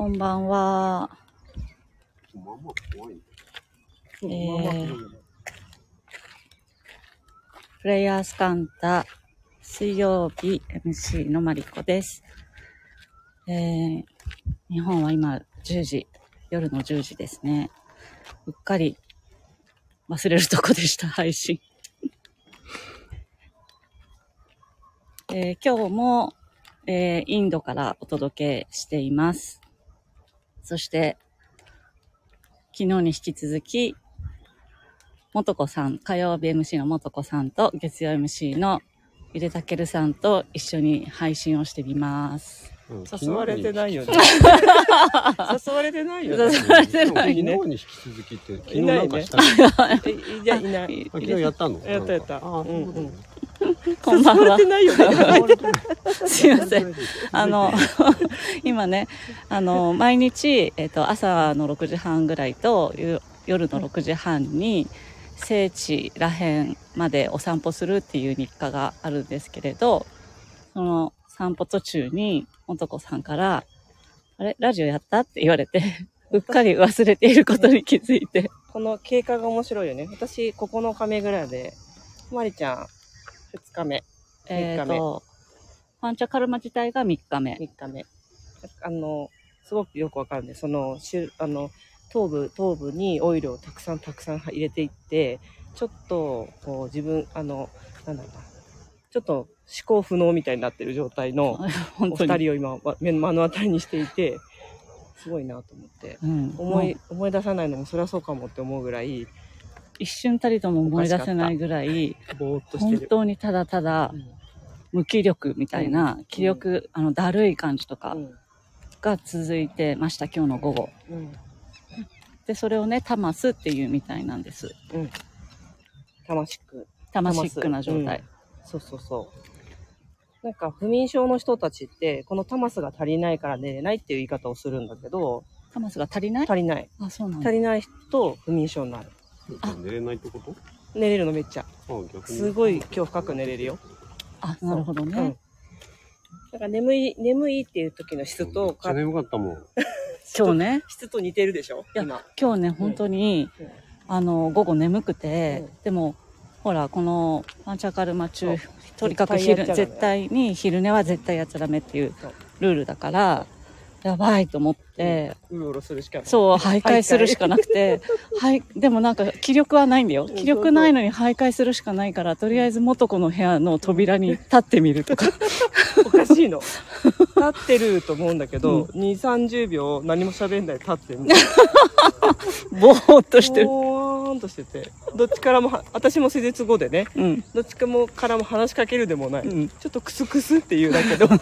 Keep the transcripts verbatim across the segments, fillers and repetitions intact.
こんばんは。 まあまあ怖いね。 えー、プレイヤースカンタ水曜日 エムシー のマリコです。えー、日本は今じゅうじ、夜のじゅうじですね。うっかり忘れるとこでした、配信。えー、今日も、えー、インドからお届けしています。そして昨日に引き続きもとこさん、火曜日 エムシー のもとこさんと月曜 エムシー のゆでたけるさんと一緒に配信をしてみます。 うん、誘われてないよね。誘われてないよね。誘われてないね。 昨日に引き続きって昨日なんかしたの？ いやいない。 昨日やったの？ やったやった。 あ、うんうん。 こんばんは。 誘われてないよね。 すいません。あの今ね、あの毎日えっと朝のろくじはんぐらいと夜のろくじはんに聖地らへんまでお散歩するっていう日課があるんですけれど、その散歩途中にもとこさんからあれラジオやったって言われてうっかり忘れていることに気づいて、 この経過が面白いよね。私ここのかめぐらいで、まりちゃんふつかめ、 えっとパンチャカルマ自体がみっかめ。 みっかめ。あのすごくよくわかるんで、そのしあの頭部頭部にオイルをたくさんたくさん入れていって、ちょっとこう自分あのなんだろうな、ちょっと思考不能みたいになってる状態のお二人を今目の当たりにしていて、すごいなと思って、うん、思い思い出さないのもそりゃそうかもって思うぐらい、 一瞬たりとも思い出せないぐらいぼーっとしてる。 本当にただただ無気力みたいな、うん、気力、あのだるい感じとかが続いてました、今日の午後。うん、でそれをねタマスっていうみたいなんです。 うん、タマシックタマシックな状態。 うん、そうそうそう。なんか不眠症の人たちってこのタマスが足りないから寝れないっていう言い方をするんだけど、 タマスが足りない？ 足りない。 あ、そうなんだ。 足りないと不眠症になる。 あ、寝れないってこと？ 寝れるのめっちゃ。 あ、逆に。 すごい今日深く寝れるよ。 あ、なるほどね。うん、 だから眠い眠いっていう時の質と、めっちゃ眠かったもん。 今日ね、 質と似てるでしょ。 いや今今日ね本当に、うん、あの午後眠くて、うん、でもほらこのパンチャカルマ中とにかく昼絶対に昼寝は絶対やっちゃダメっていうルールだから。やばいと思って、 うん、うろうろするしかない。 そう、徘徊するしかなくて、はい、でもなんか気力はないんだよ。気力ないのに徘徊するしかないから、とりあえず元子の部屋の扉に立ってみるとか。 おかしいの。立ってると思うんだけど、うん、に、さんじゅうびょう何も喋んないで立ってるの。 ぼーっとしてる。 ぼーんとしてて、どっちからも、私も施術後でね、うん、どっちかもからも話しかけるでもない。うん、ちょっとクスクスって言うだけど。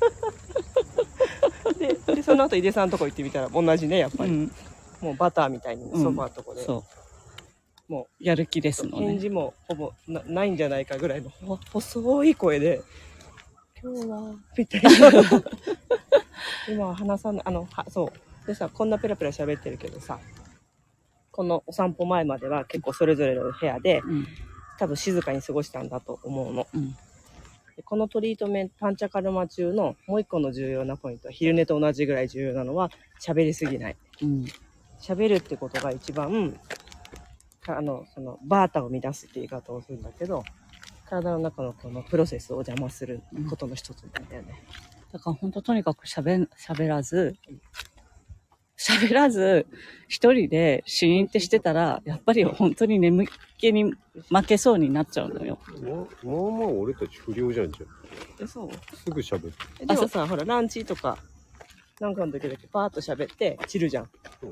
で, でその後井出さんのとこ行ってみたら同じね、やっぱり、うん、もうバターみたいにソファーのとこで、うん、 そうもうやる気ですのね。 返事もほぼ な, ないんじゃないかぐらいの細い声で今日はみたいな今は話さない、あのはそうでさ、こんなペラペラ喋ってるけどさ、このお散歩前までは結構それぞれの部屋で、うん、多分静かに過ごしたんだと思うの、うん、このトリートメントパンチャカルマ中のもう一個の重要なポイントは、昼寝と同じぐらい重要なのは喋りすぎない。喋、うん、るってことが一番あのそのバータを乱すって言い方をするんだけど、体の中のこのプロセスを邪魔することの一つなんだよね。 うん、だから本当とにかく喋喋らず喋らず一人でシーンってしてたら、やっぱり本当に眠気に負けそうになっちゃうのよ。 まあまあ俺たち不良じゃんじゃん。 え、そう？ すぐ喋る。 でもさ、ほらランチとかなんかの時だけパーッと喋って散るじゃん。うん。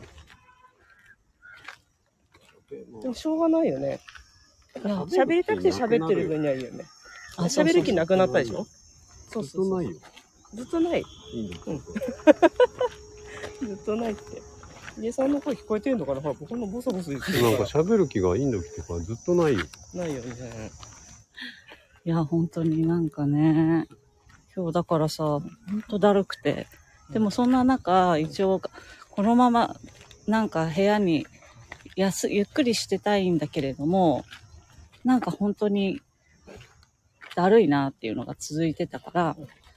うん、でもしょうがないよね。喋りたくて喋ってる分にはいいよね。あ、喋る気なくなったでしょ？ そうそうそう。ずっとないよ。 ずっとない。 いいね。 うん。ずっとないって。家さんの声聞こえてるのかな。ほら、ここのボソボソ言ってるから。 なんか喋る気がいいんだけど、ずっとないよ。 ないよね。 いや、本当になんかね、今日だからさ、本当だるくて。でもそんな中、一応、このまま、なんか部屋にやす、ゆっくりしてたいんだけれども、なんか本当にだるいなっていうのが続いてたから、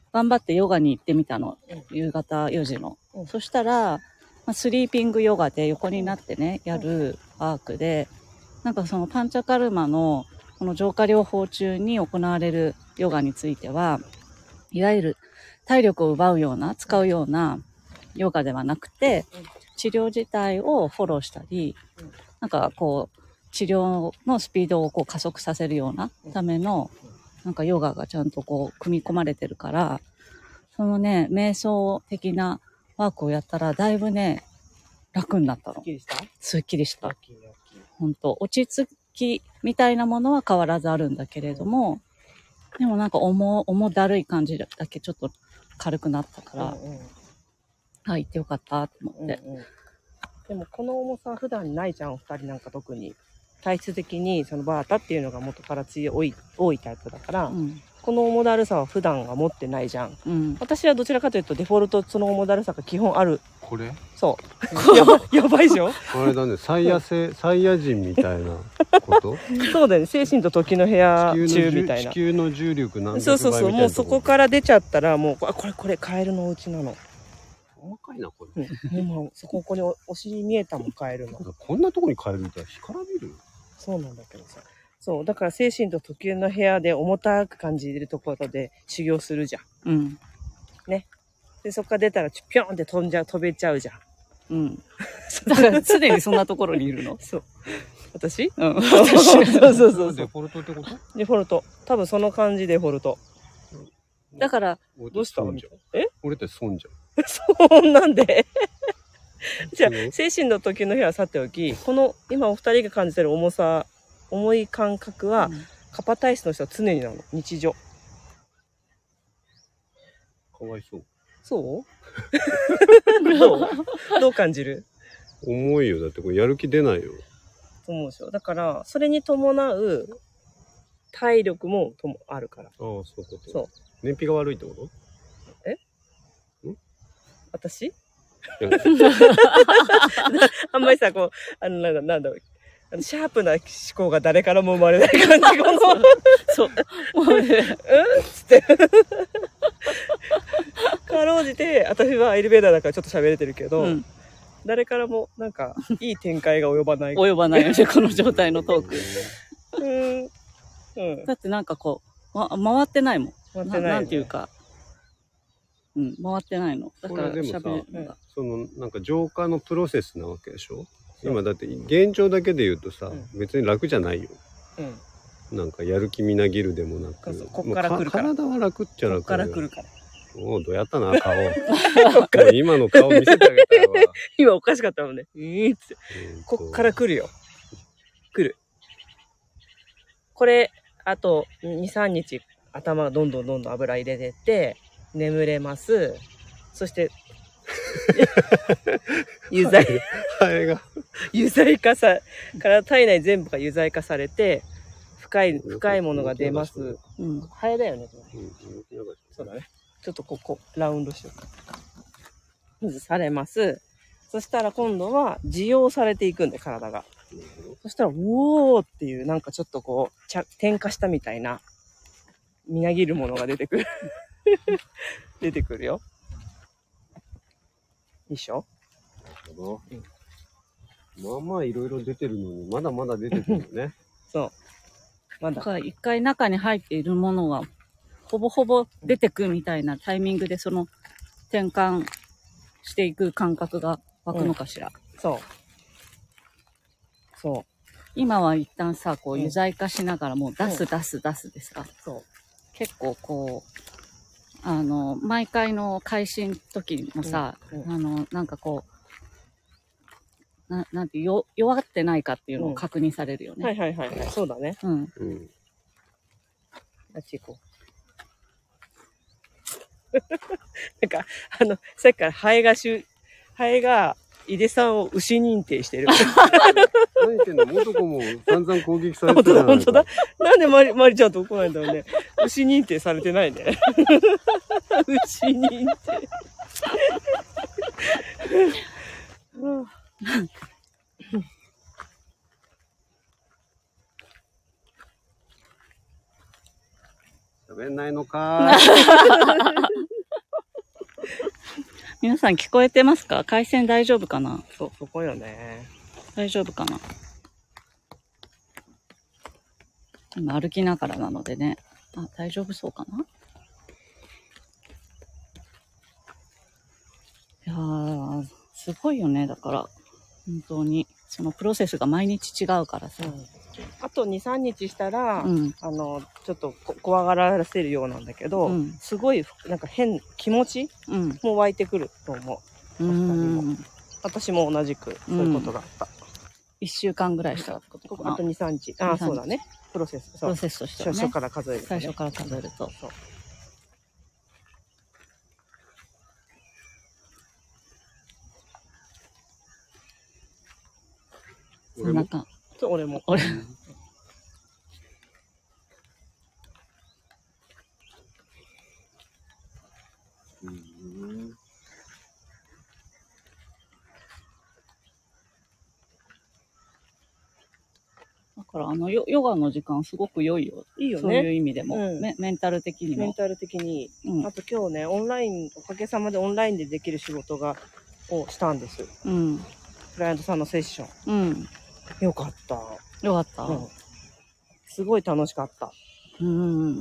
頑張ってヨガに行ってみたの。 うん夕方よじの。 うんそしたら、まあ、スリーピングヨガで横になってね、やるワークで、なんかそのパンチャカルマのこの浄化療法中に行われるヨガについては、いわゆる体力を奪うような、使うようなヨガではなくて、治療自体をフォローしたり、なんかこう、治療のスピードをこう加速させるようなための、なんかヨガがちゃんとこう組み込まれてるから、そのね、瞑想的なワークをやったらだいぶね、楽になったのすっ。きりしたすっきりしたラッ。キーラッキー。 ほんと、落ち着きみたいなものは変わらずあるんだけれども、でもなんか重、重だるい感じだけちょっと軽くなったから、 うんうんあ、行ってよかったと思うんって。 うん、でもこの重さは普段ないじゃん、お二人なんか特に。体質的にそのバータっていうのが元から強い多いタイプだから、 うん。 この重だるさは普段は持ってないじゃん。 うん。 私はどちらかというとデフォルトその重だるさが基本ある。 これそうやばやばいでしょ。 あれだね、サイヤ星、サイヤ人みたいなことそうだよね、精神と時の部屋地球の重中みたいな地。球の重力何百倍みたいな。 そうそうそう、もうそこからら出ちゃったらもうあこれこれカエルのお家なの。 細かいな、これ。 うん、もうそここに お, お尻見えたもんカエルの。 こんなとこにカエルいたら干からびる。 そうなんだけどさ。そう、だから精神と時計の部屋で重たく感じるところで修行するじゃん。 うん。 で、そこから出たらピョンって飛んじゃう、飛べちゃうじゃん。 うん。だから常にそんなところにいるの。 そう。私うん。 私そうそうそうそう。 デフォルトってことデフォルト。多分その感じデフォルト。 だから、 どうした損じゃん。 え俺って損じゃん。 そんなんでじゃあその、 精神の時の部屋はさておき、この今お二人が感じてる重さ、重い感覚は、 うんカパ体質の人は常になの。日常。 かわいそう。 そうどうどう感じる重いよ。だってこれやる気出ないよ。 と思うでしょ。だから、それに伴う体力もともあるから。 ああ、そういうこと。 そう。 燃費が悪いってこと私いやあんまりさ、こう、あの、なんだ、なんだろう。あのシャープな思考が誰からも生まれない感じ。この、 そう。もうね、 うんつって。かろうじて、私はエレベーターだからちょっと喋れてるけど、 うん。 誰からもなんか、いい展開が及ばない。 及ばないよね、この状態のトーク。 うん。うん。 だってなんかこう、ま、回ってないもん。 回ってないよねなんていうか。うん、回ってないの。だからこれでもさ喋るのが。 そのなんか浄化のプロセスなわけでしょ。今だって現状だけで言うとさ、 う別に楽じゃないよ。 うん。 なんかやる気みなぎるでもなく、 そうそうこっから来るからもう体は楽っちゃ楽こっから来るから。 おお、どうやったな顔。もう今の顔見せてあげたいわ。 今おかしかったもんね。えーって。 うんとこっから来るよ。来る。これ、あとに、さんにち頭どんどんどんどん油入れてって、眠れます。そして、油剤、 ハエが。 油剤化さ、から体内全部が油剤化されて、深い、深いものが出ます。 うん。 ハエだよね。 うんそうだね。ちょっとここ、ラウンドしようか。まずされます。そしたら今度は、受容されていくんで、体が。そしたら、うおーっていう、なんかちょっとこう、ちゃ点火したみたいな、みなぎるものが出てくる。出てくるよ。いいっしょなるほど。まあまあいろいろ出てるのに、まだまだ出てくるよね。 そう。まだ。 だから一回中に入っているものが、ほぼほぼ出てくみたいなタイミングでその転換していく感覚が湧くのかしら。 そう。そ今は一旦さ、こううん油剤化しながらもう出す出す出すでさ、 う。そう。 結構こう、あの、毎回の開始の時もさ、 うんうんあの、なんかこう、ななんてよ弱ってないかっていうのを確認されるよね。 はいはいはいはい。そうだね。 うん。 うん。 あっち行こう。なんか、あの、さっきからハエがしゅ、ハエが、井出さんを牛認定してる。 何言ってんの、元子も散々攻撃されてたじゃない本当だ。なんでマリ、マリちゃんと来ないんだろうね。牛認定されてないね。牛認定。うん喋喋んないのかー。 皆さん聞こえてますか？回線大丈夫かな？ そう、そこよね。 大丈夫かな？今歩きながらなのでね。あ、大丈夫そうかな？いやー、すごいよね。だから、本当に。そのプロセスが毎日違うからさ。 うん、あとに、さんにちしたら、 うん、 あの、ちょっとこ怖がらせるようなんだけど、 うん、 すごい、なんか変、気持ちうん。 も湧いてくると思う。 うーん。 私も同じく、そういうことがあった。 一週間ぐらいしたらってことかな。 あとに、さんにち。ああ、そうだね。プロセス。そうプロセスとしてはね。 最初から数える、ね。 最初から数えると。 そう。 そんなか。 そう、俺も。 俺。 うんだからあのヨヨガの時間すごく良いよ。 いいよね。 そういう意味でも、 うんメ、メンタル的にも。 メンタル的に。 うん、 あと今日ね、オンライン、おかげさまでオンラインでできる仕事が、をしたんです。 うん。 クライアントさんのセッション。 うん。 よかった。 よかった。 うん。すごい楽しかった。 うん。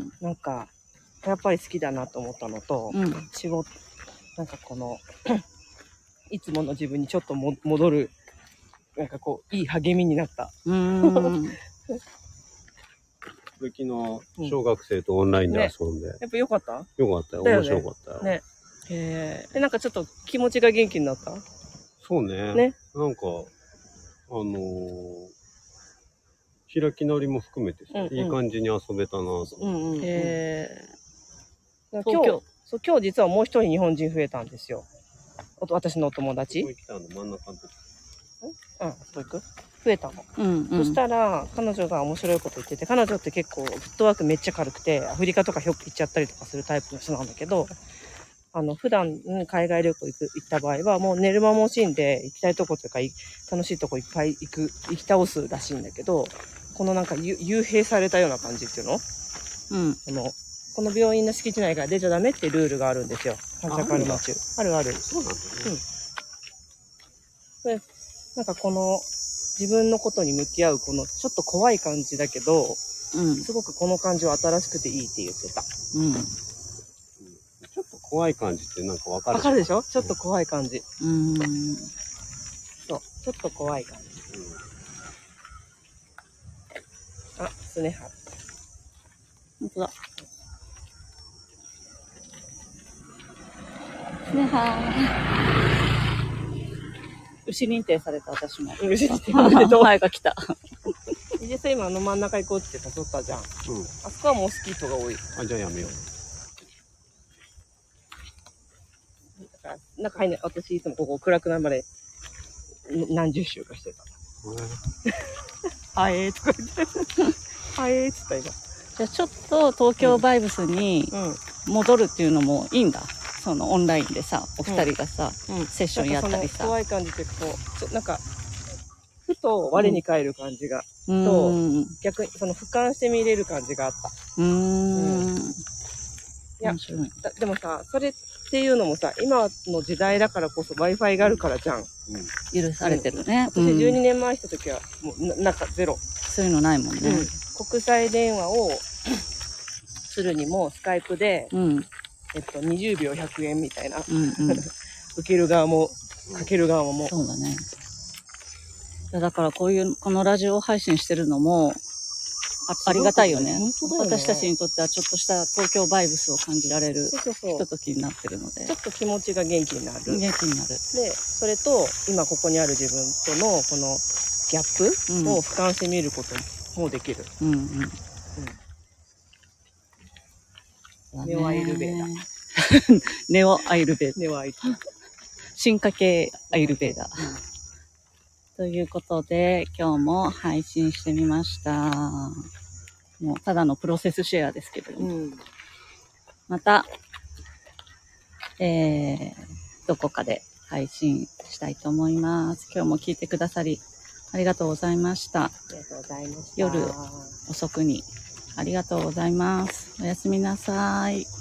なんか、やっぱり好きだなと思ったのと、 うん、 仕事、なんかこの、いつもの自分にちょっとも戻る、なんかこう、いい励みになった。 うん。 昨日、小学生とオンラインで遊んで。 ね、やっぱよかった？ よかったよ。 だよね、 面白かったよ。 ね。へえ。なんかちょっと気持ちが元気になった？ そうね。 ね。 なんか、あのー、開き直りも含めてさ、うんうん、いい感じに遊べたなと思って。うんうんうん、へえ。今日、そう、今日実はもう一人日本人増えたんですよ。私のお友達。 ここ行ったの真ん中のとこ。 うん、そう行く？増えたの。 うんうん、 そしたら、彼女が面白いこと言ってて、彼女って結構フットワークめっちゃ軽くて、アフリカとかひょっ行っちゃったりとかするタイプの人なんだけど、あの、普段、うん、海外旅行行く、行った場合は、もう寝る間も惜しんで、行きたいとこというか、楽しいとこいっぱい行く、行き倒すらしいんだけど、このなんか幽閉されたような感じっていうの？うん。この、この病院の敷地内から出ちゃダメってルールがあるんですよ。パンチャカルマ中。あるある。 そうなんだね。 うん。で、なんかこの、自分のことに向き合うこのちょっと怖い感じだけど、うん、すごくこの感じは新しくていいって言ってた。うん。ちょっと怖い感じってなんかわかる。 わかるでしょ？ちょっと怖い感じ。 うん。 そう、ちょっと怖い感じ。うん、あ、スネハ。 本当だ。スネハ。牛認定された私も。 牛認定された。 前が来た。 実際今あの真ん中行こうって誘ったじゃん。うん。あそこはモスキートが多い。 あ、じゃあやめよう。 だから、中入んない。私いつもここ暗くなるまで何十周かしてた。はえーとか言って。はえーって言った今。 じゃあちょっと東京バイブスに戻るっていうのもいいんだ。そのオンラインでさ、お二人がさ、うん、セッションやったりさ。 怖い感じってこう、ちょなんか、ふと我に返る感じが、うん、と、逆にその俯瞰して見れる感じがあった。うーん。うん、いや、でもさ、それっていうのもさ、今の時代だからこそ Wi-Fi があるからじゃん。 うん、許されてるね。 うん、私じゅうにねんまえ来た時は、もうな、なんかゼロ。 そういうのないもんね。うん、 国際電話をするにもスカイプで、うんえっと、にじゅうびょうひゃくえんみたいな。うんうん、受ける側も、かける側も。 そうだね。だからこういう、このラジオ配信してるのも、あ, ありがたいよね。本当だよね。私たちにとってはちょっとした東京バイブスを感じられるひとときになってるので。 ちょっと気持ちが元気になる。 元気になる。 で、それと、今ここにある自分との、このギャップを俯瞰してみることもできる。うんうん。うんネオアイルベーダ。 ネオアイルベーダ。 ネオアイルベーダ。 進化系アイルベーダ。うん、ということで、今日も配信してみました。もうただのプロセスシェアですけれども。うん、また、えー、どこかで配信したいと思います。今日も聞いてくださり、ありがとうございました。 ありがとうございました。 夜遅くにありがとうございます。おやすみなさい。